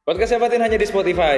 Podcast Sepatin hanya di Spotify.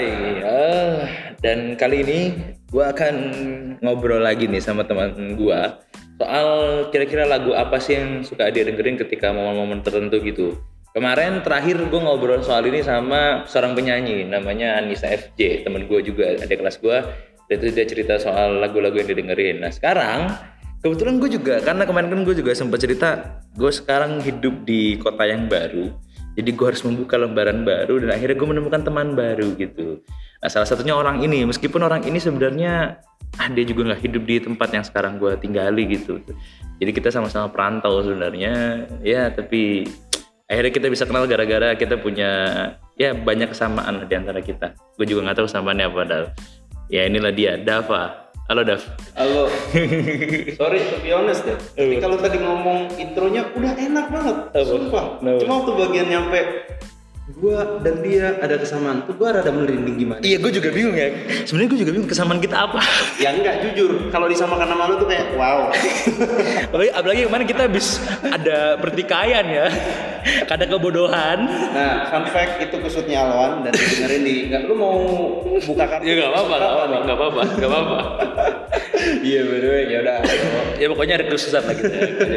Dan kali ini gue akan ngobrol lagi nih sama teman gue soal kira-kira lagu apa sih yang suka dia dengerin ketika momen-momen tertentu gitu. Kemarin terakhir gue ngobrol soal ini sama seorang penyanyi namanya Anissa FJ, temen gue juga, adik kelas gue. Dan itu dia cerita soal lagu-lagu yang didengerin. Nah sekarang kebetulan gue juga, karena kemarin kan gue juga sempat cerita, gue sekarang hidup di kota yang baru. Jadi gue harus membuka lembaran baru dan akhirnya gue menemukan teman baru gitu. Nah, salah satunya orang ini, meskipun orang ini sebenarnya dia juga nggak hidup di tempat yang sekarang gue tinggali gitu. Jadi kita sama-sama perantau sebenarnya, ya tapi akhirnya kita bisa kenal gara-gara kita punya ya banyak kesamaan di antara kita. Gue juga nggak tahu kesamaannya apa padahal. Ya inilah dia, Dava. Halo Dav. Halo. Sorry to be honest deh. Tapi kalau tadi ngomong intronya udah enak banget. Sumpah. Cuma waktu bagian nyampe gua dan dia ada kesamaan tuh gua rada merinding gimana. Iya, gue juga bingung ya. Sebenarnya gue juga bingung kesamaan kita apa. Ya enggak, jujur. Kalau disamakan sama lu tuh kayak wow. apalagi kemarin kita habis ada pertikaian ya. Ada kebodohan. Nah, fun fact itu kusutnya Alwan dan dengerin di enggak lu mau buka kartu. Ya enggak apa-apa. Iya, by the way, ya udah. Ya pokoknya ada kesusahan lah gitu.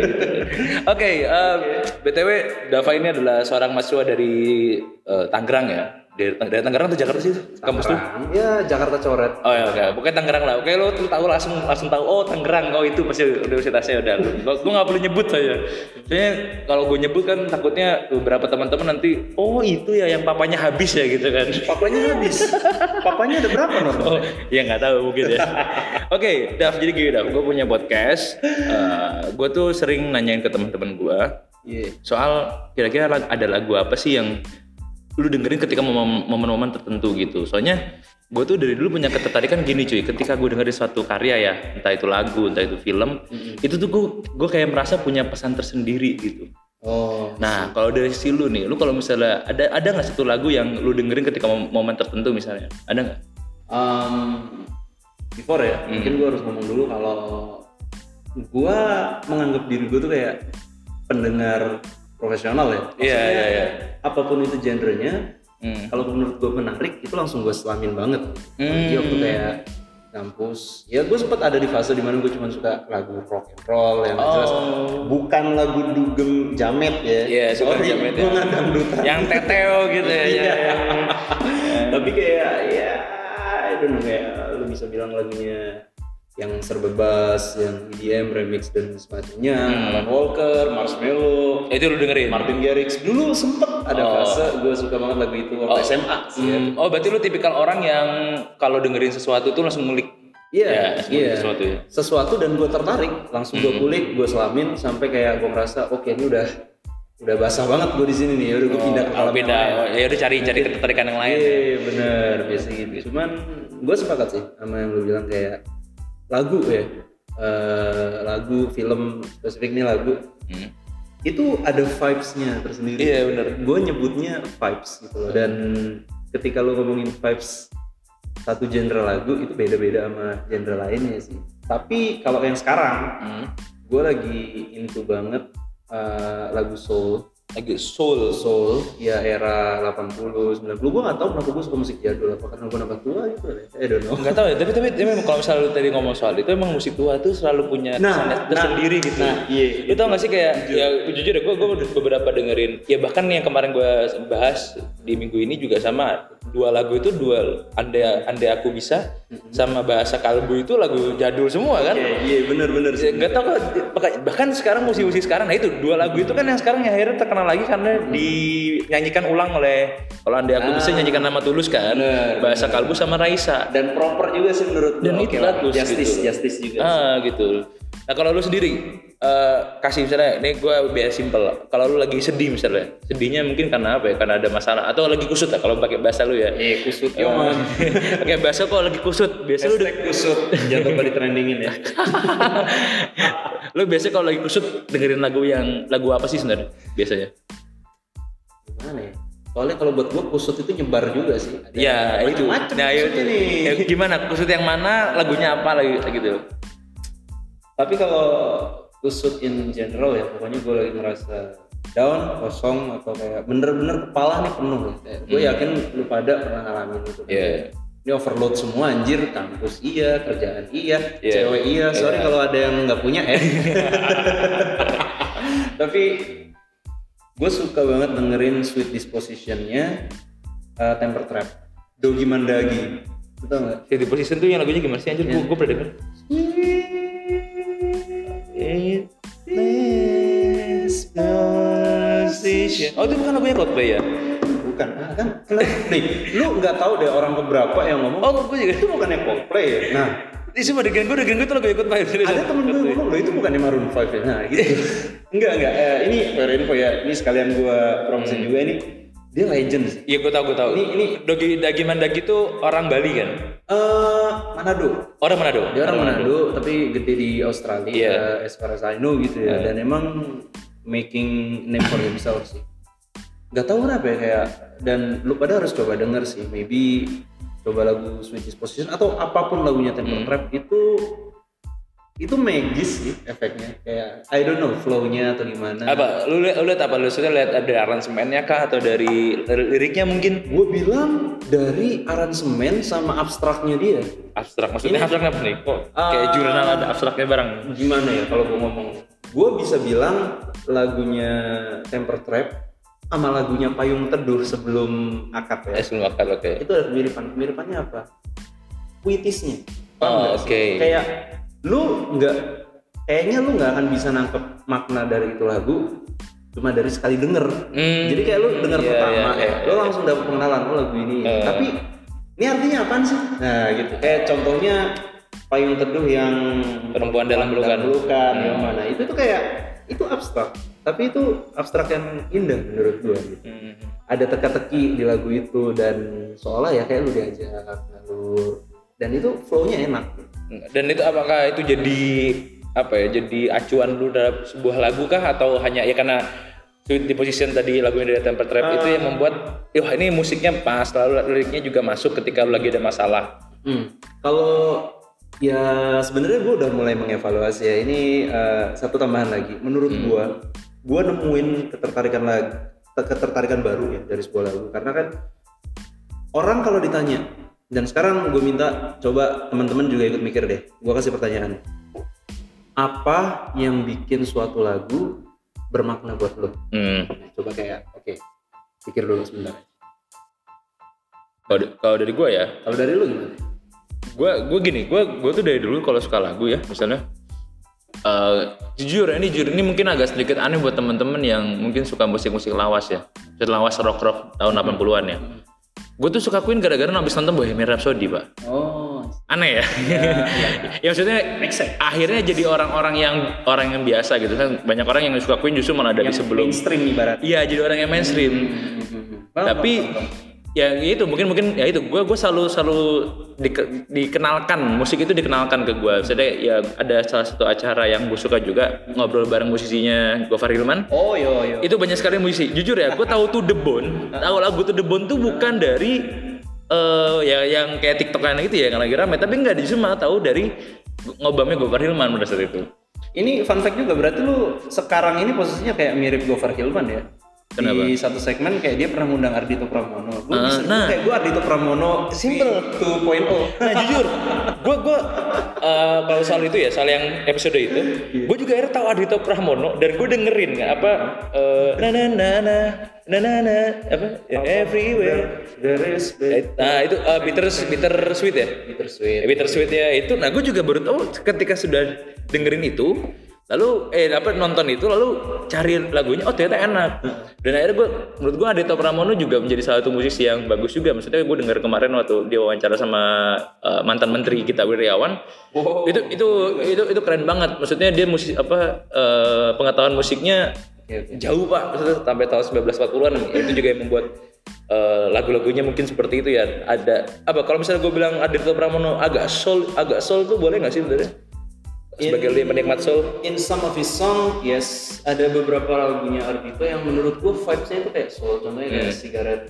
Oke, BTW Dava ini adalah seorang mahasiswa dari Tangerang ya. Dari Tangerang atau Jakarta sih kampus tuh? Ya, Jakarta coret. Oh ya, oke. Pokoknya Tangerang lah. Oke, lo tahu langsung tahu. Oh, Tangerang. Oh, itu pasti universitasnya udah. Gue nggak perlu nyebut saja. Soalnya kalau gue nyebut kan takutnya beberapa teman-teman nanti, oh itu ya yang papanya habis ya gitu kan. Papanya habis. Papanya ada berapa nonton? Oh, ya nggak tahu mungkin ya. Oke, Dav, jadi gini Dav, gue punya podcast. Gue tuh sering nanyain ke teman-teman gue soal kira-kira ada lagu apa sih yang lu dengerin ketika momen-momen tertentu gitu. Soalnya gue tuh dari dulu punya ketertarikan gini cuy, ketika gue dengerin suatu karya ya, entah itu lagu, entah itu film, itu tuh gue kayak merasa punya pesan tersendiri gitu. Oh. Nah, kalau dari si lu nih, lu kalau misalnya ada nggak satu lagu yang lu dengerin ketika momen tertentu misalnya, ada nggak? Before ya, mungkin gue harus ngomong dulu kalau gue menganggap diri gue tuh kayak pendengar profesional ya. Iya. Apapun itu genrenya, kalau menurut gue menarik itu langsung gue selamin banget. Jadi waktu kayak kampus, ya gue sempat ada di fase dimana gue cuma suka lagu rock and roll yang jelas bukan lagu dugem jamet ya. Iya, sorry, jamet gue ya. nggak dangdutan. Yang teteo gitu ya. Iya. Tapi kayak ya, I don't know, kayak lu bisa bilang lagunya yang serba bass, yang EDM, remix dan semacamnya, Alan Walker, Marshmello, Itu lu dengerin? Martin Garrix. Dulu sempet ada fase gue suka banget lagu itu waktu SMA sih ya. Oh, berarti lu tipikal orang yang kalau dengerin sesuatu tuh langsung ngulik. Iya. Sesuatu ya. Sesuatu dan gue tertarik, langsung gue kulik, gue selamin sampai kayak gue ngerasa oke, ini udah basah banget gue di sini nih, udah gue pindah ke alam yang lain. Ya udah cari ketertarikan yang lain. Iya bener, biasa gitu. Cuman gue sepakat sih sama yang lu bilang kayak lagu ya, lagu, film, spesifik nih lagu, itu ada vibes-nya tersendiri. Iya bener. Gue nyebutnya vibes gitu loh. Dan ketika lu ngomongin vibes satu genre lagu itu beda-beda sama genre lainnya sih. Tapi kalau yang sekarang, gue lagi into banget lagu soul. Lagi soul. Ya era 80, 90. Gue gak tau kenapa gue suka musik jadul, apa karena gue nambah tua gitu. I don't know. Gak tau ya, tapi memang kalau misalnya lu tadi ngomong soal itu, emang musik tua tuh selalu punya kesan tersendiri gitu. Iya. Lu tau gak sih kayak, ya jujur deh, gue beberapa dengerin, ya bahkan yang kemarin gue bahas di minggu ini juga sama, dua lagu itu, Andai Aku Bisa sama Bahasa Kalbu itu lagu jadul semua kan. Iya bener sih. Gak tau bahkan sekarang musisi sekarang, nah itu dua lagu itu kan yang sekarang yang akhirnya terkenal lagi karena dinyanyikan ulang oleh, kalau Andai Aku Bisa nyanyikan nama Tulus kan, Bahasa Kalbu sama Raisa, dan proper juga sih menurut dan itu bagus justice gitu. juga Gitu. Nah kalau lu sendiri kasih misalnya, ini gue biar simple, kalau lu lagi sedih misalnya, sedihnya mungkin karena apa ya, karena ada masalah atau lagi kusut lah kalau pakai bahasa lu ya. Iya kusut ya. Oke, bahasa kok lagi kusut, biasa lu kusut jatuh pada trendingin ya. Lu biasa kalau lagi kusut dengerin lagu apa sih sebenarnya biasanya? Gimana ya? Soalnya kalau buat gue kusut itu nyebar juga sih. Ya itu. Nah itu nih. Ya, gimana kusut yang mana, lagunya apa lagi gitu? Tapi kalau kusut in general ya, pokoknya gue lagi ngerasa down, kosong, atau kayak bener-bener kepala nih penuh. Gue yakin lu pada pernah ngalamin itu. Ini overload semua anjir, kampus iya, kerjaan iya, cewek iya. Sorry kalau ada yang nggak punya ya. Tapi gue suka banget dengerin Sweet Disposition-nya Temper Trap, Dogi Mandagi. Betul nggak? Sweet Disposition tuh yang lagunya gimana sih anjir? Gue pernah denger. Oh itu bukan lagunya Coldplay ya? Bukan, kan nih, lu nggak tahu deh orang keberapa yang ngomong. Oh gue juga. Itu bukannya Coldplay ya? Nah, ini semua dengan gue tuh lagu Coldplay. Ada temen gue ngomong loh itu bukannya Maroon 5 ya? Nah gitu. Enggak. Ini for info ya. Ini sekalian gue promosi juga ini. Dia legend sih. Iya gue tahu. Ini Dogi Mandagi tuh orang Bali kan? Manado. Orang Manado. Dia orang Manado tapi gede di Australia. As far as I know gitu ya. Dan emang making name for himself sih. Gak tahu kenapa ya kayak, dan lu pada harus coba denger sih, maybe coba lagu Sweet Disposition atau apapun lagunya Temper Trap itu magis sih efeknya, kayak I don't know flow-nya atau gimana. Apa lu lihat apa, lu sudah lihat ada aransemennya kah atau dari liriknya mungkin? Gue bilang dari aransemen sama abstraknya dia. Abstrak maksudnya abstrak apa nih? Kok kayak jurnal ada abstraknya bareng? Gimana ya kalau gue ngomong, gue bisa bilang lagunya Temper Trap sama lagunya Payung Teduh sebelum akad ya. Sebelum akad, oke. Itu ada kemiripannya apa? Puitisnya. Oh, oke. Kayak kayaknya lu nggak akan bisa nangkep makna dari itu lagu cuma dari sekali denger. Jadi kayak lu denger pertama, lu langsung dapet pengenalan lagu ini. Tapi ini artinya apaan sih? Nah gitu. Kayak contohnya Payung Teduh yang perempuan dalam pelukan. Yang mana? Itu tuh kayak itu abstrak. Tapi itu abstrak yang indah menurut gue gitu. Ada teka-teki di lagu itu dan seolah ya kayak lu diajak ngalur dan itu flow-nya enak. Dan itu apakah itu jadi apa ya? Jadi acuan lu dalam sebuah lagu kah atau hanya ya karena Sweet Disposition tadi lagunya dari Temper Trap itu yang membuat wah ini musiknya pas, lalu liriknya juga masuk ketika lu lagi ada masalah. Kalau ya sebenarnya gue udah mulai mengevaluasi ya ini satu tambahan lagi. Menurut gue nemuin ketertarikan baru ya dari sebuah lagu karena kan orang kalau ditanya, dan sekarang gue minta coba teman-teman juga ikut mikir deh, gue kasih pertanyaan, apa yang bikin suatu lagu bermakna buat lo? Coba kayak pikir dulu sebentar. Kalau dari gue ya, kalau dari lo gimana? Gue gini, gue tuh dari dulu kalau suka lagu ya misalnya jujur ini mungkin agak sedikit aneh buat teman-teman yang mungkin suka musik lawas ya, lawas rock tahun 80-an ya. Gue tuh suka Queen gara-gara habis nonton Bohemian Rhapsody, Pak. Oh, aneh ya. Ya maksudnya akhirnya jadi orang yang biasa gitu kan. Banyak orang yang suka Queen justru malah dari sebelum mainstream ibarat. Iya, jadi orang yang mainstream. Tapi ya itu mungkin ya itu gue selalu dikenalkan musik itu dikenalkan ke gue. Misalnya ya ada salah satu acara yang gue suka juga ngobrol bareng musisinya Gofar Hilman. Oh yo. Itu banyak sekali musisi. Jujur ya, gue tahu tuh The Bone. Tahu lagu tuh The Bone tuh bukan dari ya yang kayak TikTokan gitu ya yang lagi rame. Tapi enggak, justru malah tahu dari ngobamnya Gofar Hilman pada saat itu. Ini fun fact juga, berarti lu sekarang ini posisinya kayak mirip Gofar Hilman ya? Kenapa? Di satu segmen kayak dia pernah ngundang Ardhito Pramono. Kayak gue Ardhito Pramono simple 2.0. Nah jujur, gue kalau soal itu ya, soal yang episode itu, gue juga akhirnya tahu Ardhito Pramono dan gue dengerin apa apa everywhere there is itu bittersweet ya. Bittersweet ya itu. Nah gue juga baru tahu ketika sudah dengerin itu. Lalu nonton itu lalu cari lagunya, oh ternyata enak. Dan akhirnya menurut gue Ardhito Pramono juga menjadi salah satu musisi yang bagus juga. Maksudnya gue dengar kemarin waktu dia wawancara sama mantan menteri kita Wiryawan. Wow. Itu keren banget. Maksudnya dia pengetahuan musiknya jauh Pak, maksudnya sampai tahun 1940-an. Itu juga yang membuat lagu-lagunya mungkin seperti itu ya. Ada kalau misalnya gue bilang Ardhito Pramono agak soul tuh boleh nggak sih sebenarnya? Sebagai penikmat soul, in some of his song, yes, ada beberapa lagunya Ardhito yang menurut gue vibes-nya itu kayak soul. Contohnya kayak Cigarette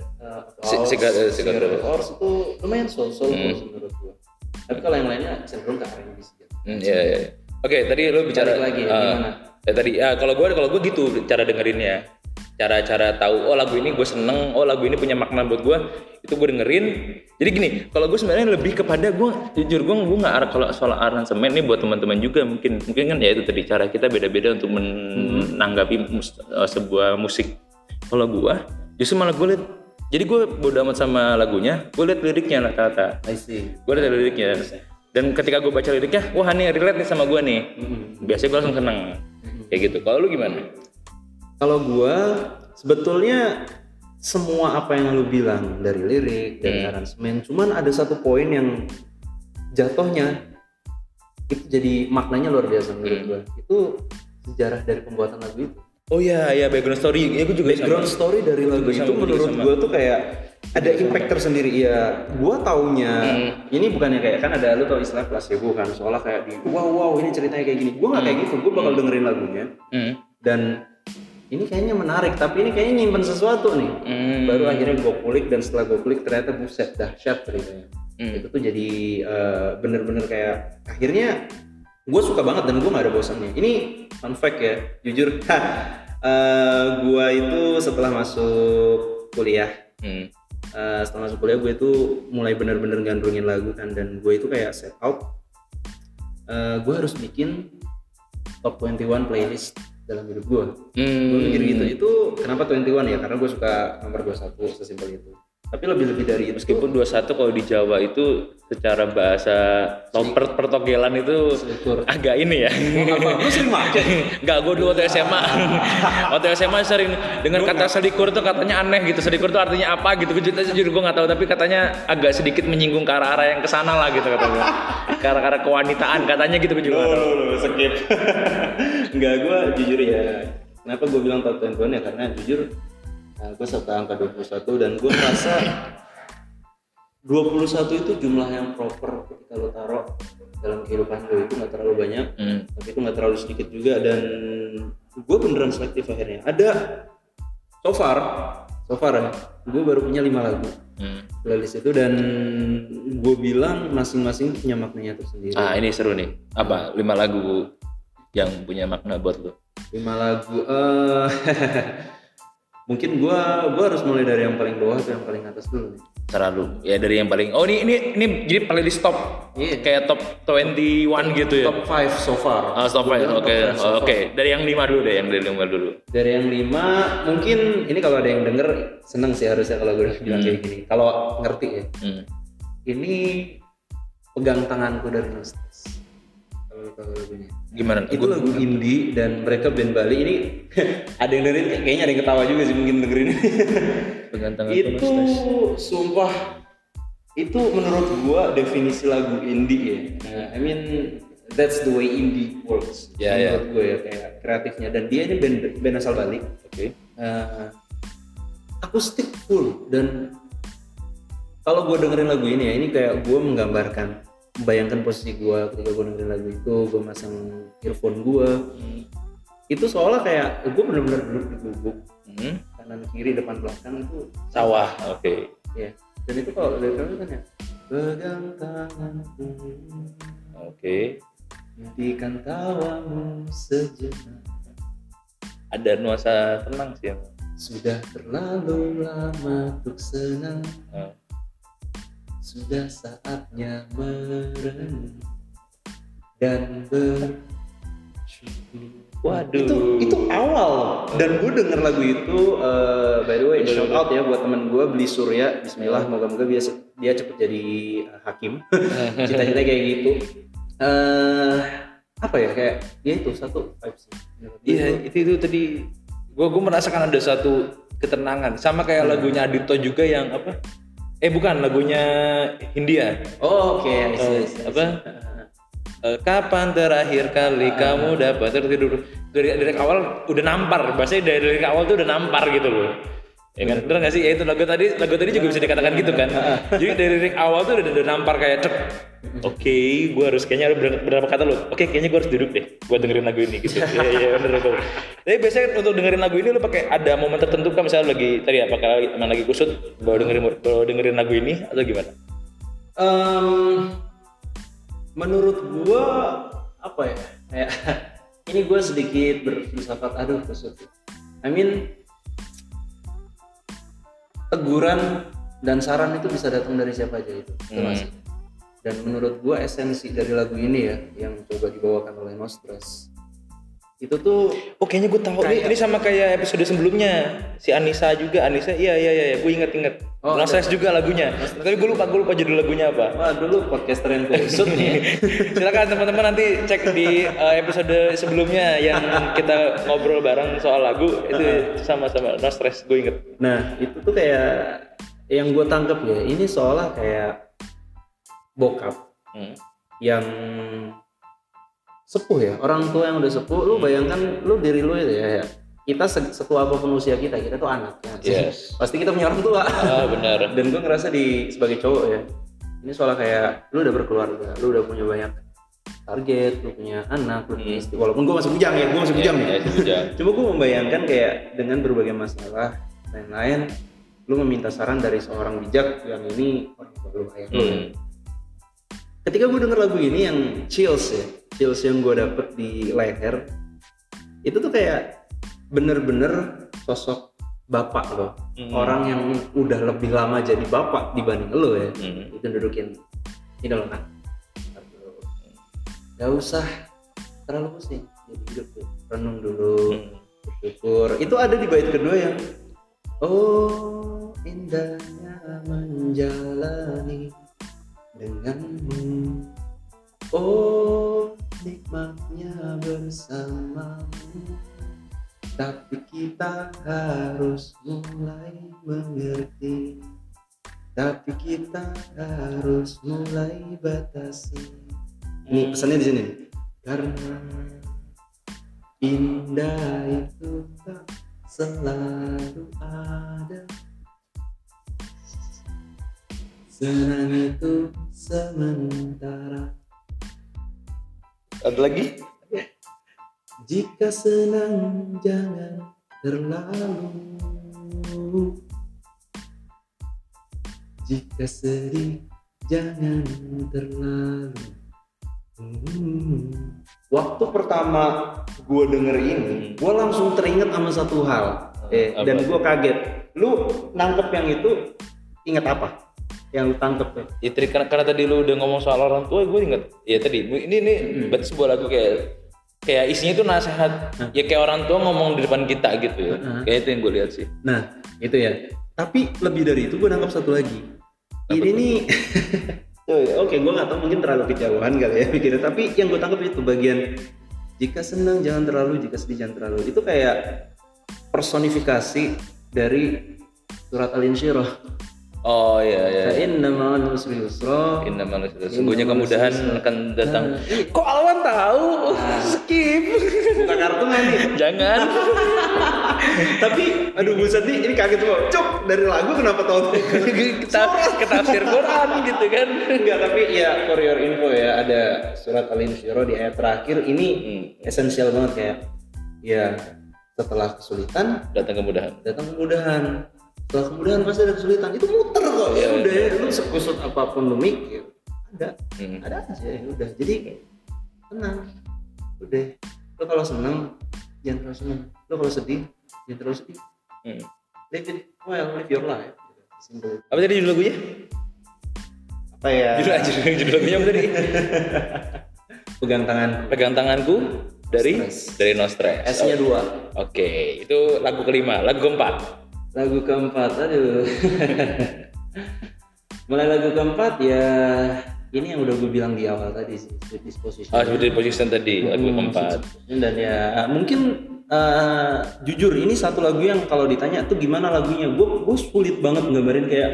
Horse itu lumayan soul menurut gue. Tapi kalau yang lainnya cenderung ke R&B sih. Oke, tadi lo bicara lagi gimana? Kalau gue gitu cara dengerinnya. cara-cara tahu lagu ini gue seneng, lagu ini punya makna buat gue, itu gue dengerin. Jadi gini, kalau gue sebenarnya lebih kepada gue jujur gue nggak arah kalau soal aransemen ini buat teman-teman juga mungkin kan ya itu tadi cara kita beda-beda untuk menanggapi sebuah musik. Kalau gue justru malah gue liat, jadi gue bodo amat sama lagunya, gue liat liriknya rata-rata. I see. Gue liat liriknya. Dan ketika gue baca liriknya, wah nih relate nih sama gue nih. Biasanya gue langsung seneng. Kayak gitu. Kalau lu gimana? Kalau gue sebetulnya semua apa yang lu bilang dari lirik, dari aransemen, cuman ada satu poin yang jatuhnya itu jadi maknanya luar biasa menurut gue. Itu sejarah dari pembuatan lagu itu. Oh iya, background story. Ya, gue juga background story dari lagu itu menurut gue tuh kayak ada impact tersendiri. Ya, gue taunya ini bukannya kayak kan ada lu tau istilah placebo kan, soalnya kayak di wow ini ceritanya kayak gini. Gue nggak kayak gitu. Gue bakal dengerin lagunya dan ini kayaknya menarik, tapi ini kayaknya nyimpen sesuatu nih. Baru akhirnya gue kulik dan setelah gue kulik ternyata buset dahsyat ceritanya. Itu tuh jadi bener-bener kayak akhirnya gue suka banget dan gue nggak ada bosannya. Ini fun fact ya, jujur. Gue itu setelah masuk kuliah, gue itu mulai bener-bener gandrungin lagu kan, dan gue itu kayak set out. Gue harus bikin top 21 playlist dalam hidup gue. Gue mikir gitu. Itu kenapa 21 ya? Karena gue suka nomor 21, sesimpel itu. Tapi lebih dari itu. Meskipun 21 kalau di Jawa itu secara bahasa pertogelan itu agak ini ya. Gue sering macet. Enggak, gue dulu waktu SMA. Waktu SMA sering dengan kata selikur tuh katanya aneh gitu. Selikur tuh artinya apa gitu. Jujur gue nggak tahu, tapi katanya agak sedikit menyinggung ke arah-arah yang kesana lah gitu katanya. Ke arah kewanitaan katanya gitu gue juga nggak tahu. Skip. Enggak, gue jujur ya. Kenapa gue bilang top 21 ya? Karena jujur gue suka angka 21 dan gue merasa 21 itu jumlah yang proper ketika lo taruh dalam kehidupan lo. Itu nggak terlalu banyak, tapi itu nggak terlalu sedikit juga, dan gue beneran selektif akhirnya. Ada so far ya, gue baru punya 5 lagu playlist itu, dan gue bilang masing-masing punya maknanya tersendiri. Ini seru nih. Apa 5 lagu yang punya makna buat lo? 5 lagu mungkin gua harus mulai dari yang paling bawah atau yang paling atas dulu nih. Terlalu ya dari yang paling ini jadi playlist top. Kayak top 21 gitu ya. Top 5 so far. Top 5. Oke. Dari yang 5 dulu deh, Dari yang 5 mungkin ini kalau ada yang denger seneng sih harusnya kalau gue bilang kayak gini. Kalau ngerti ya. Ini Pegang Tanganku dari Nostalgia. Kalau lagunya. Gimana? Itu lagu indie dan mereka band Bali. Ini ada yang dengerin, kayaknya ada yang ketawa juga sih mungkin dengerin. Pegang Tanganku itu sumpah, itu menurut gua definisi lagu indie ya. I mean that's the way indie works. Menurut gua ya, kayak kreatifnya, dan dia ini band asal Bali. Oke. Akustik full, dan kalau gua dengerin lagu ini ya, ini kayak gua menggambarkan, bayangkan posisi gue ketika gue dengerin lagu itu, gue masang earphone gue, itu seolah kayak gue benar-benar duduk di gubuk, kanan kiri depan belakang itu sawah. Oke. Ya, dan itu kalau dari kamu kan ya, pegang tanganku, hentikan tawamu sejenak. Ada nuansa tenang sih ya. Sudah terlalu lama untuk senang. Sudah saatnya merenung dan bersyukur. Waduh. Itu awal. Dan gue denger lagu itu, by the way, shout out ya buat temen gue Beli Surya. Bismillah, moga-moga dia cepet jadi hakim. Cita-cita kayak gitu. Apa ya, kayak ya itu satu vibes. Iya, itu tadi gue merasakan ada satu ketenangan. Sama kayak lagunya Adito juga yang apa? Bukan, lagunya Hindia. Oke. Kapan terakhir kali kamu dapat tertidur? Dari awal udah nampar, bahasanya dari awal tuh udah nampar gitu loh. Ya kan, bener nggak sih? Ya itu lagu tadi juga bisa dikatakan gitu kan. Jadi dari lirik awal tuh udah nampar kayak cek. Oke, gue harus kayaknya berapa kata lo. Oke, kayaknya gue harus duduk deh buat dengerin lagu ini gitu. Iya bener. Tapi biasanya untuk dengerin lagu ini lo pakai ada momen tertentu kan, misalnya lagi tadi apakah emang lagi kusut baru dengerin lagu ini atau gimana? Menurut gue apa ya? Kayak ini gue sedikit berfilsafat, kusut. I mean teguran dan saran itu bisa datang dari siapa aja itu masih. Dan menurut gua esensi dari lagu ini ya yang coba dibawakan oleh No Stress itu tuh kayaknya gue tahu ini sama kayak episode sebelumnya si Anissa juga. Iya gue inget No Stress juga lagunya, tapi gue lupa judul lagunya apa. Wah, dulu podcaster yang kusut nih. Silakan teman-teman nanti cek di episode sebelumnya yang kita ngobrol bareng soal lagu itu sama-sama No Stress, gue inget. Nah itu tuh kayak yang gue tangkep ya, ini seolah kayak bokap yang sepuh ya, orang tua yang udah sepuh. Lu bayangkan lu diri lu ya, kita setua apapun usia kita tuh anak ya. Yes. Pasti kita punya orang tua. Benar. Dan gue ngerasa sebagai cowok ya, ini soalnya kayak lu udah berkeluarga, lu udah punya banyak target, lu punya anak, lu punya istri. Walaupun gue masih bujang ya, Cuma gue membayangkan kayak dengan berbagai masalah lain-lain, lu meminta saran dari seorang bijak yang ini orang tua lu kayak lu ya. Ketika gue denger lagu ini yang chills yang gue dapet di leher itu tuh kayak bener-bener sosok bapak loh, orang yang udah lebih lama jadi bapak dibanding lo ya. Itu dudukin ini loh nak, gak usah terlalu pusing jadi hidup tuh, renung dulu, bersyukur. Itu ada di bait kedua yang oh indahnya menjalani denganmu, oh nikmatnya bersamamu, tapi kita harus mulai mengerti, tapi kita harus mulai batasi. Ini pesannya di sini, karena indah itu tak selalu ada, senang itu sementara. Ada lagi? Jika senang jangan terlalu, jika sedih jangan terlalu. Waktu pertama gue denger ini, gue langsung teringat sama satu hal, dan gue kaget. Lu nangkep yang itu, ingat apa? Yang lu tangkep ya? Ya karena tadi lu udah ngomong soal orang tua, gue inget. Ya tadi ini berarti sebuah lagu kayak isinya itu nasihat. Ya kayak orang tua ngomong di depan kita gitu ya. Kayak itu yang gue lihat sih. Nah itu ya. Tapi lebih dari itu gue nangkep satu lagi. Ini nih oke, gue nggak tahu, mungkin terlalu kejauhan kali ya pikirnya. Tapi yang gue tangkap itu bagian jika senang jangan terlalu, jika sedih jangan terlalu. Itu kayak personifikasi dari surat Al-Insyirah. Oh iya. Inna ma'al usri yusra. Sungguhnya kemudahan akan datang. Kok Alwan tahu? Skip. Buka kartu nggak nih? Jangan. Tapi aduh buset nih, ini kaget loh. Cuk, dari lagu kenapa tahu? Ketafsir Quran gitu kan. Enggak, tapi ya for your info ya, ada surat Al-Insyirah di ayat terakhir ini esensial banget kayak ya setelah kesulitan datang kemudahan. Setelah kemudian pasti ada kesulitan, itu muter kok. Ya udah, lu sekusut apapun lu mikir, ada aja ya udah. Jadi tenang, udah. Lu kalau seneng jangan terlalu seneng, lu kalau sedih jangan terlalu sedih. Live your life. Simple. Apa tadi judul lagunya? Apa ya? Judul lagunya apa tadi? Pegang tanganku dari No Stress. S-nya 2. Oke, itu lagu kelima. Lagu keempat, aduh. Mulai lagu keempat ya, ini yang udah gue bilang di awal tadi sih, Sweet Disposition. Sweet Disposition tadi, lagu keempat. Dan ya mungkin jujur ini satu lagu yang kalau ditanya tuh gimana lagunya, gue sulit banget nggambarin kayak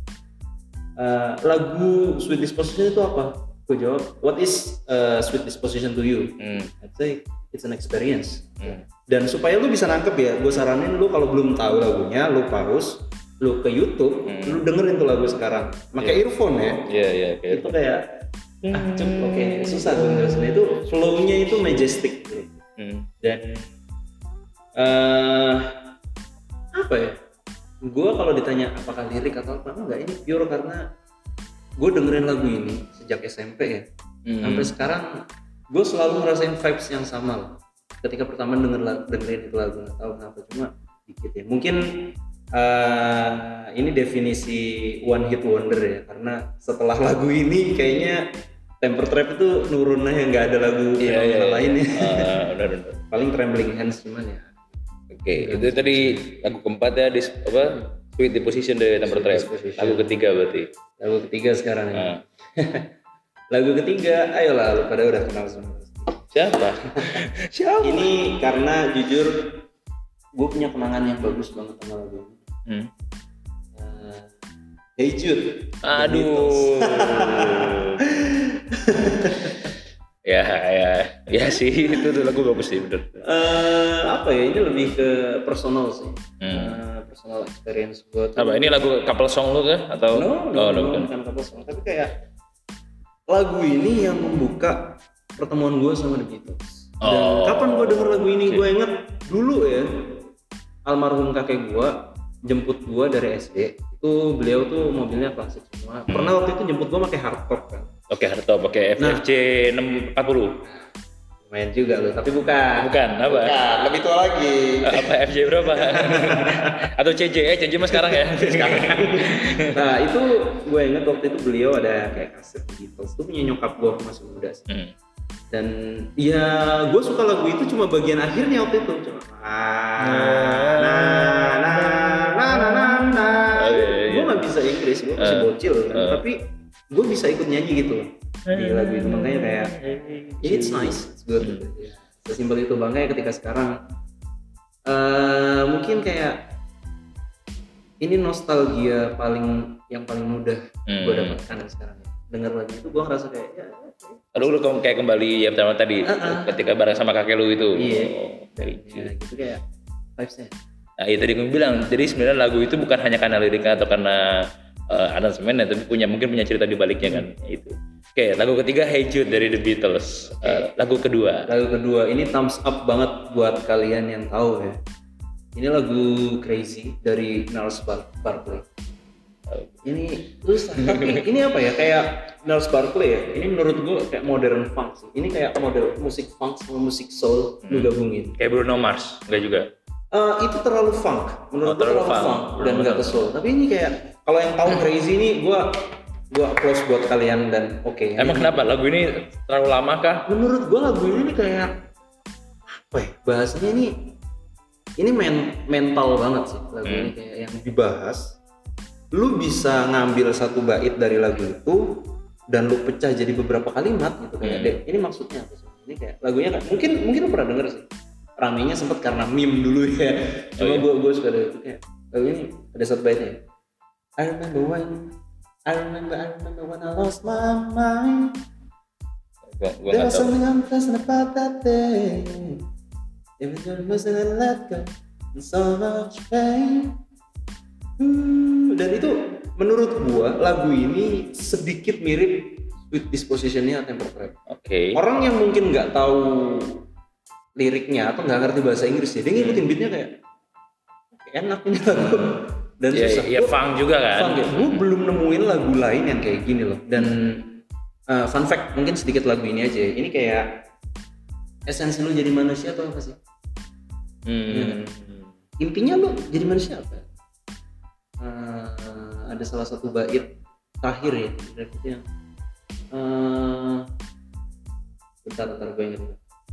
lagu Sweet Disposition itu apa. Gue jawab, what is Sweet Disposition to you? I'd say it's an experience. Dan supaya lu bisa nangkep ya, gue saranin lu kalau belum tahu lagunya, lu pause, lu ke YouTube, lu dengerin tuh lagu sekarang. Pakai earphone ya. Iya. Itu kayak oke, susah tuh ngejelasin. Itu flow-nya itu majestic. Dan apa ya? Gue kalau ditanya apakah lirik atau apa, enggak, ini pure karena gue dengerin lagu ini sejak SMP ya. Sampai sekarang gue selalu ngerasain vibes yang sama loh. Ketika pertama dengerin itu lagu, nggak tahu kenapa, cuma dikit ya. Mungkin Ini definisi one hit wonder ya, karena setelah lagu ini kayaknya Temper Trap itu nurunnya nggak ada lagu lainnya. Benar. Paling Trembling Hands cuman ya. Oke, itu tadi lagu keempat ya, Sweet Disposition dari Temper Trap. Lagu ketiga berarti. Lagu ketiga sekarang ya. Lagu ketiga, ayolah lu pada udah kenal semua. Siapa? Ini karena jujur gue punya kenangan yang bagus banget sama lagu ini. Hey Jude. Aduh. ya sih, itu tuh lagu bagus sih, bener. Apa ya, ini lebih ke personal sih. Personal experience gue. Apa ini lagu couple song lu kah atau? Bukan couple song, tapi kayak lagu ini yang membuka pertemuan gue sama The Beatles. Dan kapan gue denger lagu ini, gue inget dulu ya, almarhum kakek gue jemput gue dari SD. Itu beliau tuh mobilnya klasik semua. Pernah waktu itu jemput gue pakai hardtop kan. Oke, hardtop, pakai FFC 640. Lumayan juga loh, tapi bukan. Bukan, apa? Bukan, lebih tua lagi. Apa FJ berapa? Atau CJ mah sekarang ya? Sekarang. Nah itu gue inget waktu itu beliau ada kayak kaset Beatles. Itu punya nyokap gue masih muda sih. Dan ya gue suka lagu itu cuma bagian akhirnya waktu itu. Cuma gue nggak bisa Inggris, gue masih bocil kan. Tapi gue bisa ikut nyanyi gitu loh di lagu itu, makanya kayak it's nice, it's good. Sesimpel itu. Makanya ketika sekarang mungkin kayak ini nostalgia yang paling mudah gue dapatkan sekarang. Dengar lagu itu gue ngerasa kayak ya. Lu kayak kembali ya pertama tadi ketika bareng sama kakek lu itu. Iya. Ya, gitu kayak vibes-nya. Nah, iya tadi gue bilang, jadi sebenarnya lagu itu bukan hanya karena liriknya atau karena aransemennya, tapi mungkin punya cerita di baliknya kan itu. Oke, lagu ketiga Hey Jude dari The Beatles. Lagu kedua ini thumbs up banget buat kalian yang tahu ya. Ini lagu Crazy dari Gnarls Barkley. Ini susah, tapi ini apa ya, kayak Gnarls Barkley ya. Ini menurut gue kayak modern funk sih. Ini kayak model musik funk sama musik soul lu gabungin. Kayak Bruno Mars, enggak juga? Itu terlalu funk, menurut gue terlalu funk dan nggak ke soul. Tapi ini kayak kalau yang tahu Crazy ini gue applause buat kalian dan oke. Emang kenapa lagu ini terlalu lama kah? Menurut gue lagu ini kayak apa ya, bahasanya ini mental banget sih lagu ini, kayak yang dibahas. Lu bisa ngambil satu bait dari lagu itu dan lu pecah jadi beberapa kalimat gitu kayak ini maksudnya apa sih? Ini kayak lagunya kan mungkin lu pernah denger sih. Ramenya sempet karena meme dulu ya. Cuma gue suka dari itu kayak lagu ini ada satu baitnya. I remember when I lost my mind. There was something unpleasant about that day. Even though it wasn't I let go and so much pain. Dan itu menurut gua lagu ini sedikit mirip Sweet Disposition-nya Temper Trap. Orang yang mungkin nggak tahu liriknya atau nggak ngerti bahasa Inggris ya, dia ngikutin beatnya kayak enak ini lagu dan susah. Ya funk juga kan. Gue belum nemuin lagu lain yang kayak gini loh. Dan fun fact mungkin sedikit lagu ini aja. Ini kayak esensi lu jadi manusia atau apa sih? Intinya lu jadi manusia apa? Ada salah satu bait terakhir ya, itu yang bentar gue ingat.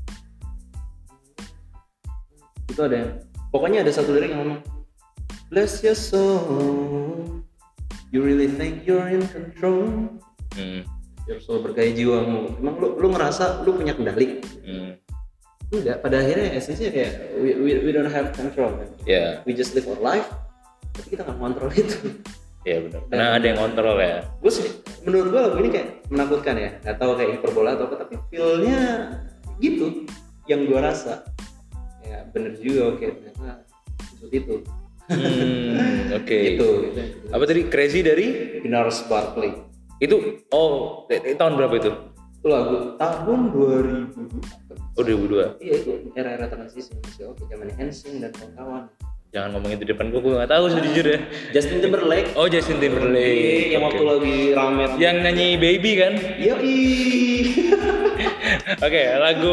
Itu ada yang, pokoknya ada satu lirik yang ngomong bless your soul, you really think you're in control. Your soul, berkaya jiwamu. Emang lu ngerasa lu punya kendali? Enggak, pada akhirnya esensinya kayak we don't have control kan? We just live our life, tapi kita nggak kontrol itu. Iya benar. Nah ada yang kontrol ya. Menurut gue lagu ini kayak menakutkan ya. Nggak tahu kayak hiperbola atau apa, tapi feel-nya gitu yang gue rasa. Ya bener juga, oke ternyata maksud itu. Gitu. Apa tadi Crazy dari Gnarls Barkley. Itu tahun berapa itu? Itu lagu tahun 2002. 2002. Iya itu era-era transisi masih oke, zaman NSYNC dan kawan-kawan. Jangan ngomongin di depan gue nggak tahu sejujur ya. Justin Timberlake. Oh Justin Timberlake. Yang waktu lagi rame. Yang nyanyi Baby kan? Yoi. Oke, lagu.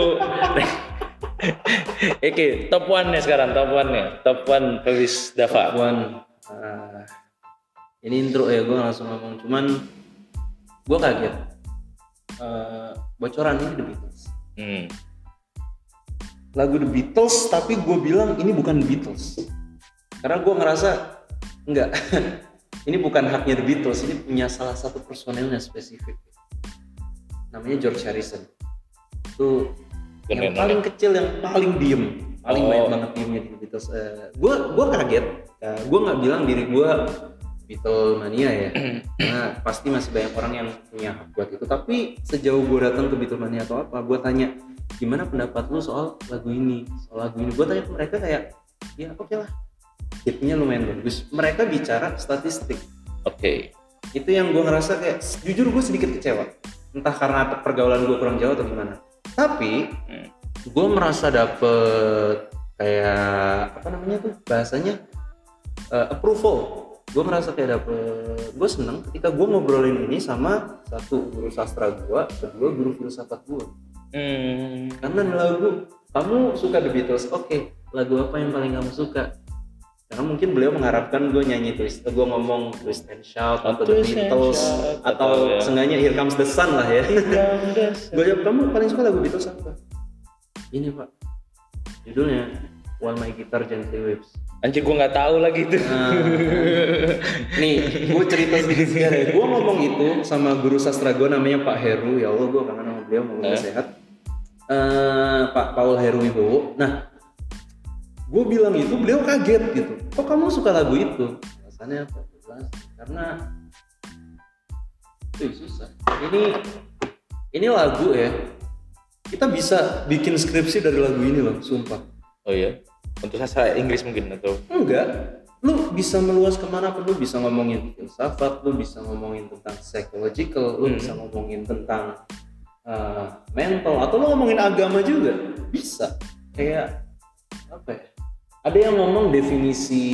Oke, top 1 nya sekarang, top 1 playlist Dava. Top 1 Ini intro ya, gue langsung ngomong. Cuman gue kaget. Bocoran ini The Beatles. Lagu The Beatles, tapi gue bilang ini bukan The Beatles. Karena gue ngerasa enggak. Ini bukan haknya The Beatles, ini punya salah satu personelnya spesifik. Namanya George Harrison. Itu yang paling kecil, yang paling diem, paling banyak banget diemnya di The Beatles. Gue kaget. Gue nggak bilang diri gue Beatlemania ya, karena pasti masih banyak orang yang punya hak buat itu. Tapi sejauh gue datang ke Beatlemania atau apa, gue tanya gimana pendapat lu soal lagu ini, gue tanya ke mereka kayak, ya oke lah, hitnya lumayan bagus. Mereka bicara statistik. Itu yang gue ngerasa kayak, jujur gue sedikit kecewa, entah karena pergaulan gue kurang jauh atau gimana. Tapi gue merasa dapet kayak apa namanya tuh bahasanya, approval. Gue merasa kayak gue seneng ketika gue ngobrolin ini sama satu guru sastra gue, kedua guru filsafat gue. Karena lagu, kamu suka The Beatles, oke, lagu apa yang paling kamu suka? Karena mungkin beliau mengharapkan gue nyanyi gue ngomong Twist and Shout atau The Beatles atau seenggaknya Here Comes the Sun lah ya. Gue jawab, kamu paling suka lagu Beatles apa? Ini pak, judulnya While My Guitar Gently Weeps. Anjir, gue nggak tahu lagi itu. Nih, gue cerita sedikit ya. Gue ngomong itu sama guru sastra gue namanya Pak Heru. Ya Allah, gue kangen sama beliau, moga sehat. Pak Paul Heru Wibowo. Nah, gue bilang itu, beliau kaget gitu. Kok kamu suka lagu itu? Alasannya apa? Karena susah. Ini lagu ya. Kita bisa bikin skripsi dari lagu ini loh, sumpah. Oh iya? Untuk sastra Inggris mungkin atau? Enggak, lu bisa meluas kemana pun. Lu bisa ngomongin filsafat, lu bisa ngomongin tentang psychological, lu bisa ngomongin tentang mental, atau lu ngomongin agama juga bisa. Kayak apa ya, ada yang ngomong definisi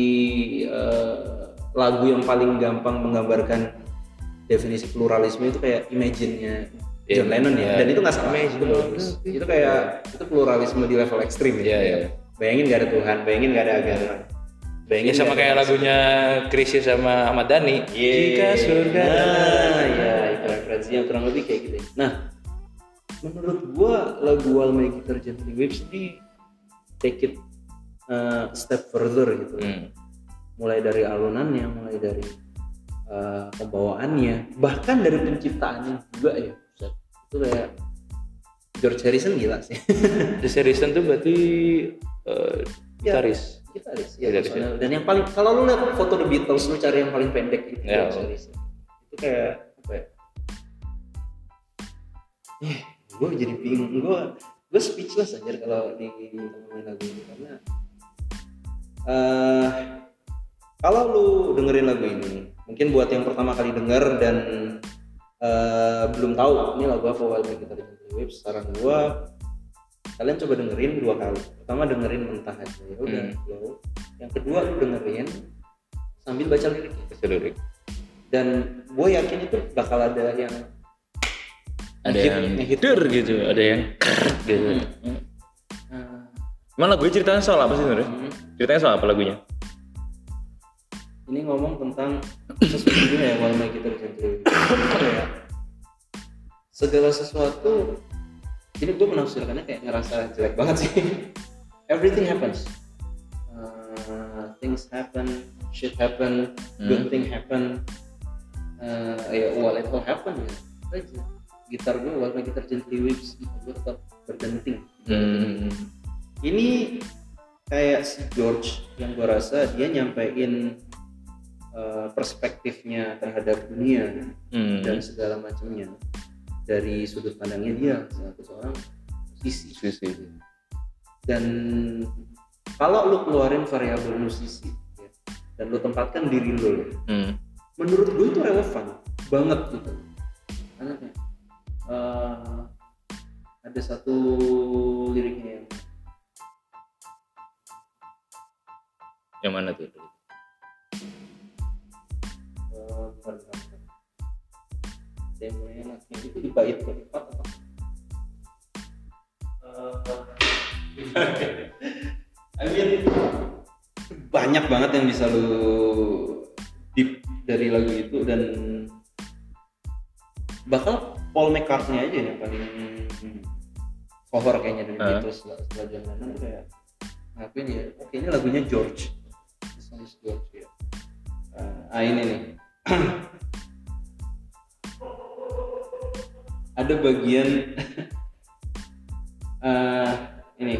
lagu yang paling gampang menggambarkan definisi pluralisme itu kayak Imagine-nya John Lennon ya, dan itu nggak salah, itu bagus. Itu kayak itu pluralisme di level ekstrim ya. Bayangin gak ada Tuhan, bayangin gak ada agama. Bayangin sama kayak lagunya Chrisye sama Ahmad Dhani. Jika surga. Ya itu referensinya kurang lebih kayak gitu. Nah, menurut gua lagu While My Guitar Gently Weeps ini take it step further gitu. Mulai dari alunannya, mulai dari pembawaannya, bahkan dari penciptaannya juga ya. Itu kayak George Harrison gila sih. George Harrison tuh berarti gitaris ya, personal. Dan yang paling, kalau lu lihat foto The Beatles, lu cari yang paling pendek itu George Harrison. Itu kayak apa ya? Gue jadi bingung, gue speechless aja kalau ngomongin lagu ini, karena kalau lu dengerin lagu ini, mungkin buat yang pertama kali denger dan belum tahu ini lagu apa While My Guitar Gently Weeps, saran gue kalian coba dengerin 2 kali. Pertama dengerin mentah aja ya udah flow. Yang kedua lu dengerin sambil baca lirik. Dan gue yakin itu bakal ada yang hidur gitu, ada yang gitu. Emang lagunya ceritanya soal apa sih sebenarnya? Ceritanya soal apa lagunya? Ini ngomong tentang sesungguhnya ya While My Guitar Gently Weeps. Segala sesuatu, ini gue menafsirkannya kayak ngerasa jelek banget sih. Everything happens, things happen, shit happen, good thing happen. While it all happen ya, aja. Gitar gue While My Guitar Gently Weeps, gue tetap berdenting. Ini kayak si George yang gue rasa dia nyampein perspektifnya terhadap dunia dan segala macamnya dari sudut pandangnya dia seorang musisi. Dan kalau lu keluarin variabel musisi ya, dan lu tempatkan diri lu menurut gue itu relevan banget gitu. Karena ada satu liriknya yang mana tuh? Demonya enaknya itu di bait keempat apa? I mean banyak banget yang bisa lu deep dari lagu itu, dan bakal Paul McCartney aja yang paling cover kayaknya dari Beatles setelah John Lennon. Kayak ngapain ya, oke ini lagunya George, this one is George ya. Ini nih ada bagian ini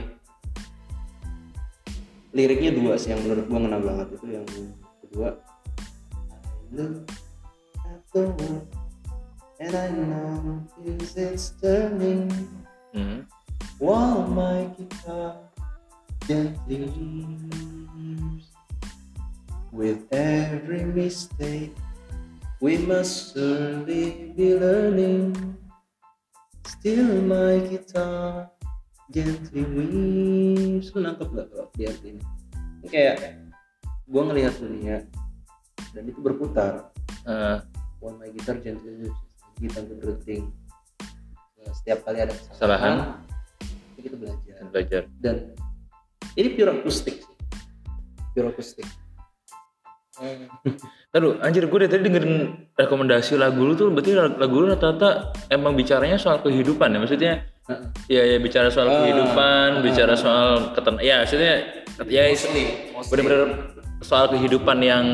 liriknya dua sih yang menurut gua ngena banget. Itu yang kedua, I look at the world and I know it's turning while my guitar gently weeps. With every mistake we must surely be learning. Still my guitar gently weeps. Lu nangkep gak kalau di arti ini? Ini kayak gue ngelihat dunia dan itu berputar. While my guitar gently weeps, kita berdering. Setiap kali ada kesalahan, kita belajar. Dan ini pure akustik sih. Pure akustik. Aduh, anjir gue dari tadi dengerin rekomendasi lagu lu tuh, berarti lagu lu rata-rata emang bicaranya soal kehidupan ya, maksudnya ya bicara soal kehidupan, bicara soal ya maksudnya ya bener-bener soal kehidupan yang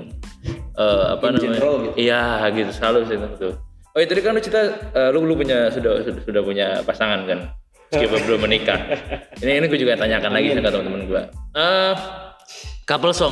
apa namanya gitu. Iya gitu, selalu sih itu. Oh ya tadi kan lu cerita lu punya sudah punya pasangan kan, meskipun belum menikah. Ini gue juga tanyakan lagi ke teman-teman gue. Couple song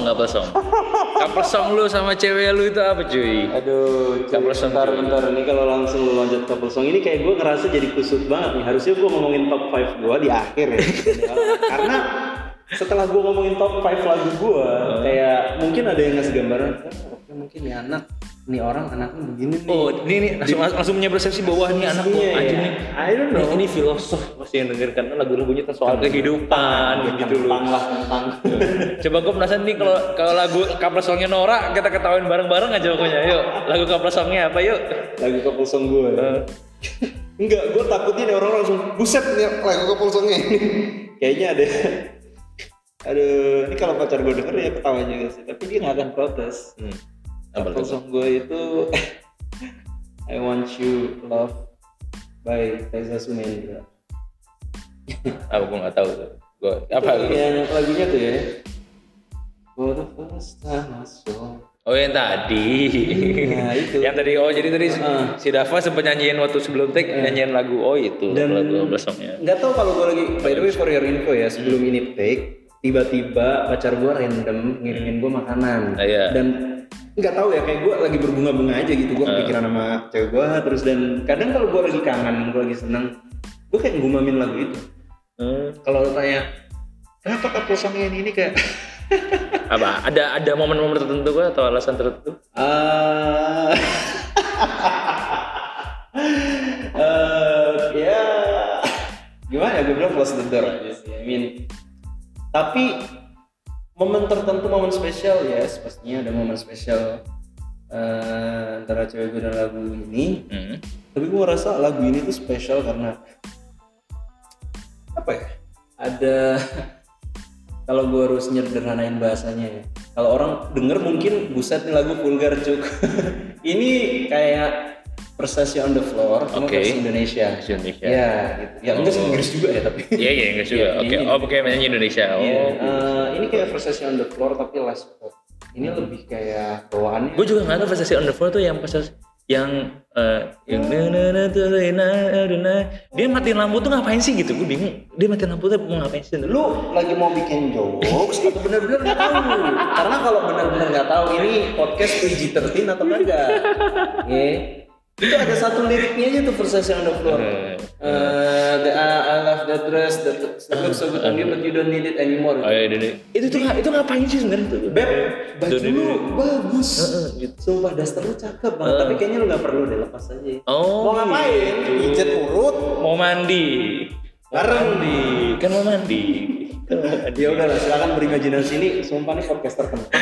lu sama cewek lu itu apa cuy? Aduh, couple song bentar. Ini kalau langsung lu loncat couple song ini kayak gue ngerasa jadi kusut banget nih. Harusnya gue ngomongin top 5 gue di akhir ya. Karena setelah gue ngomongin top 5 lagu gue, kayak mungkin ada yang ngasih gambaran, oke mungkin nih orang anaknya begini nih. Oh, ini langsung punya persepsi bahwa nih anak kok aja nih. I don't know. Ini filosof pasti yang denger, karena lagu-lagunya soal kehidupan gitu loh. Tentang. Coba gue penasaran nih kalau lagu couple songnya Nora kita ketawain bareng-bareng aja pokoknya. Yuk, lagu couple songnya apa yuk? Lagu couple song gue. Enggak, gue takutnya nih orang langsung buset nih lagu couple songnya ini. Kayaknya ada. Aduh, ini kalau pacar gue denger ya ketawa juga sih. Tapi dia nggak akan protes. Couple song gue itu I Want You Love by Teza Sumendra. Apa gue nggak tahu tuh. Apa yang lagunya tuh ya? For the first time I saw. Oh yang tadi. Nah itu. Yang tadi jadi tadi si Dava sempat nyanyiin waktu sebelum take nyanyiin lagu itu. Dan lagu songnya. Nggak tahu kalau gue lagi, by the way for your info ya, sebelum ini take tiba-tiba pacar gue random ngirimin gue makanan. Dan nggak tahu ya, kayak gue lagi berbunga-bunga aja gitu, gue kepikiran sama cewek gue terus, dan kadang kalau gue lagi kangen, gue lagi seneng, gue kayak ngumamin lagu itu. Kalau lo tanya kenapa couple songnya ini kayak apa, ada momen-momen tertentu gue atau alasan tertentu? Ya gimana ya, gue bilang close the door aja sih. I mean, tapi momen tertentu, momen spesial, yes, pastinya ada momen spesial antara cewek gue dan lagu ini. Tapi gue ngerasa lagu ini tuh spesial karena apa ya? Ada kalau gue harus nyederhanain bahasanya ya. Kalau orang denger mungkin buset nih lagu vulgar cuk. Ini kayak Versace on the Floor, cuma versi Indonesia. Ya, gitu. Ya enggak sih Inggris juga ya tapi. Iya Inggris juga. Oke. Oh, pakai nyanyi Indonesia. Ini kayak Versace on the Floor tapi less pop. Ini lebih kayak bawaannya. Gue juga nggak tahu Versace on the Floor tuh yang pas yang dia matiin lampu tuh ngapain sih gitu, gue bingung. Dia matiin lampu tuh mau ngapain sih? Lu lagi mau bikin jokes atau bener-bener nggak tahu? Karena kalau bener-bener nggak tahu ini podcast PG-13 atau enggak? Itu ada satu liriknya aja tuh Versace on the Floor. I love that dress that looks so good on you but you don't need it anymore. Itu ngapain sih sebenarnya tuh? Beb, baju lu bagus. Gitu. Sumpah daster lu cakep banget, tapi kayaknya lu nggak perlu deh, lepas aja. Mau ngapain? Pijet urut? Mau mandi? Kan mau mandi. Ya udahlah, silakan berimajinasi. Ini sumpah nih podcaster kentang.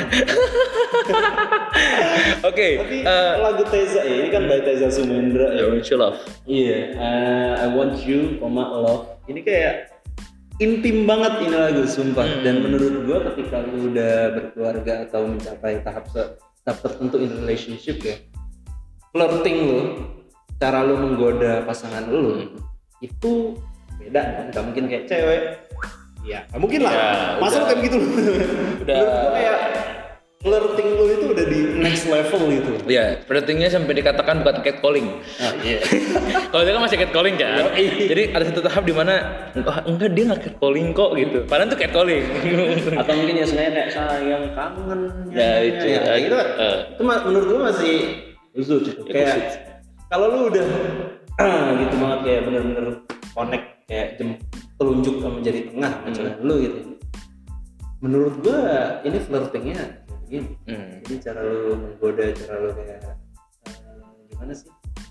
Oke. Tapi lagu Teza ini kan by Teza Sumendra. I Want You Love. Iya, I Want You, Love. Ini kayak intim banget ini lagu sumpah. Dan menurut gua ketika lu udah berkeluarga atau mencapai tahap tertentu in relationship ya, flirting lu, cara lu menggoda pasangan lu itu beda, nggak mungkin kayak cewek. Iya, nggak mungkin lah. Ya, masa lu kayak begitu? Udah. Menurut gua kayak flirting lu itu udah di next level gitu. Ya, flirtingnya sampai dikatakan bukan catcalling. Iya. Kalau dia kan masih catcalling kan. Jadi ada satu tahap di mana enggak dia nggak catcalling kok gitu. Padahal itu catcalling. Atau mungkin ya sengaja kayak sayang kangen. Ya, itu. Itu menurut gua masih uzur gitu. Kayak kalau lu udah gitu banget kayak bener-bener connect kayak telunjuk menjadi tengah macam lu gitu. Menurut gua ini flirtingnya begini. Jadi cara lu menggoda, cara lu kayak gimana sih?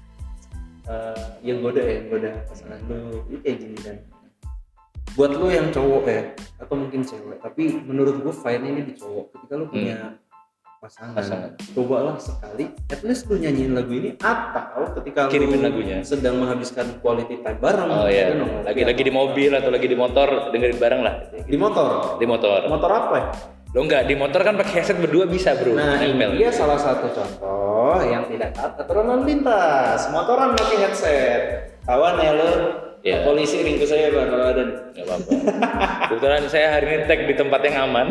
Yang goda pasangan lu itu kayak gini. Dan buat lu yang cowok ya atau mungkin cewek, tapi menurut gua fine ini di cowok. Ketika lu punya pasangan, cobalah sekali at least lu nyanyiin lagu ini, atau ketika kirimin lu lagunya sedang menghabiskan quality time bareng. Oh iya, lagi di mobil atau lagi di motor dengerin bareng lah. Di motor apa ya? Lo enggak, di motor kan pakai headset berdua bisa bro. Nah ini dia salah satu contoh yang tidak taat aturan lalu lintas, motoran pakai headset. Kawan ya lo, polisi ringkus saya Bang kalau ada. Gak apa-apa. Kebetulan saya hari ini tag di tempat yang aman.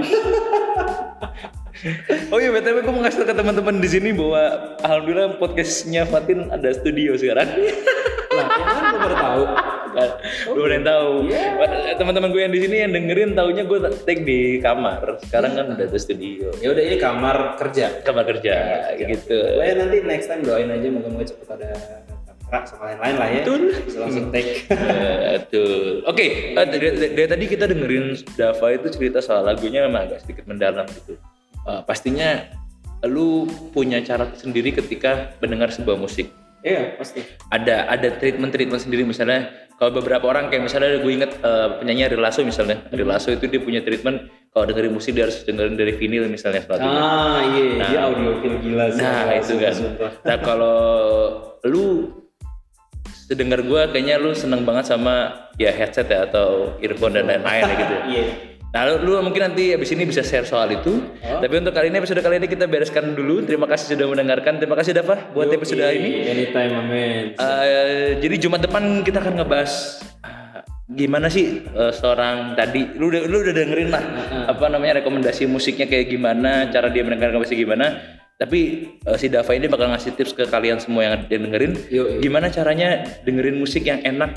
Oh iya, btw gue mau ngasih tau ke teman-teman di sini bahwa alhamdulillah podcastnya Fatin ada studio sekarang. Lah, kan gue baru tahu. Belum ada yang tahu. Teman-teman gue yang di sini yang dengerin taunya gue tag di kamar. Sekarang kan udah ada studio. Ya udah, ini kamar kerja gitu. Gue nanti next time doain aja moga-moga cepet ada kamera sama lain-lain lah ya. Betul. Bisa langsung take. Betul. Oke, dari tadi kita dengerin Dava itu cerita soal lagunya memang agak sedikit mendalam gitu. Pastinya lu punya cara sendiri ketika mendengar sebuah musik. Iya, pasti. Ada treatment sendiri, misalnya kalau beberapa orang kayak misalnya gue inget penyanyi Ari Lasso misalnya. Ari Lasso itu dia punya treatment kalau dengerin musik dia harus dengerin dari vinil misalnya sepatunya. Iya, dia audiofil gila sih. Nah, itu kan. Nah, kalau lu sedengar gue kayaknya lu seneng banget sama ya headset ya atau earphone dan lain-lain ya gitu. Iya. Nah, lu mungkin nanti abis ini bisa share soal itu. Tapi untuk episode kali ini kita bereskan dulu. Terima kasih sudah mendengarkan. Terima kasih Dava buat episode ini. Anytime, amen. Jadi Jumat depan kita akan ngebahas gimana sih seorang tadi. Lu udah dengerin lah apa namanya rekomendasi musiknya kayak gimana, cara dia mendengarkan musik gimana. Tapi si Dava ini bakal ngasih tips ke kalian semua yang dengerin. Gimana caranya dengerin musik yang enak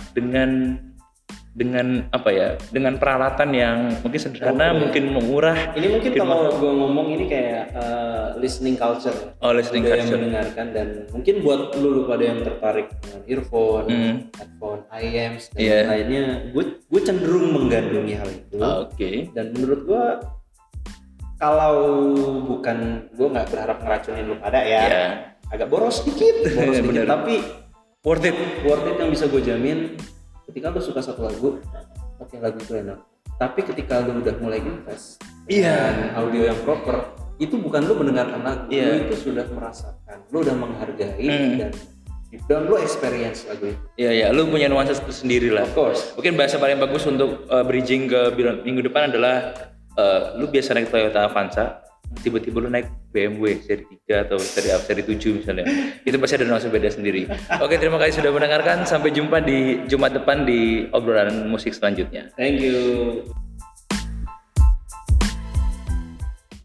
dengan apa ya, dengan peralatan yang mungkin sederhana, mungkin murah. Ini mungkin kalau gue ngomong ini kayak listening culture. Listening culture. Yang mendengarkan, dan mungkin buat lu pada yang tertarik dengan earphone, headphone, IEMs dan lainnya, gue cenderung menggandrungi hal itu. Dan menurut gue, kalau bukan, gue nggak berharap ngeracunin lu pada ya, agak boros dikit, tapi worth it yang bisa gue jamin. Ketika lu suka satu lagu, oke, lagu itu enak. Tapi ketika lu udah mulai invest dengan audio yang proper, itu bukan lu mendengarkan lagu, lu itu sudah merasakan, lu udah menghargai dan lu experience lagu itu. Iya, lu punya nuansa sendiri lah. Of course. Mungkin bahasa paling bagus untuk bridging ke minggu depan adalah lu biasa naik Toyota Avanza, tiba-tiba lu naik BMW seri 3 atau seri 7 misalnya. Itu pasti ada nuansa beda sendiri. Oke, terima kasih sudah mendengarkan. Sampai jumpa di Jumat depan di obrolan musik selanjutnya. Thank you.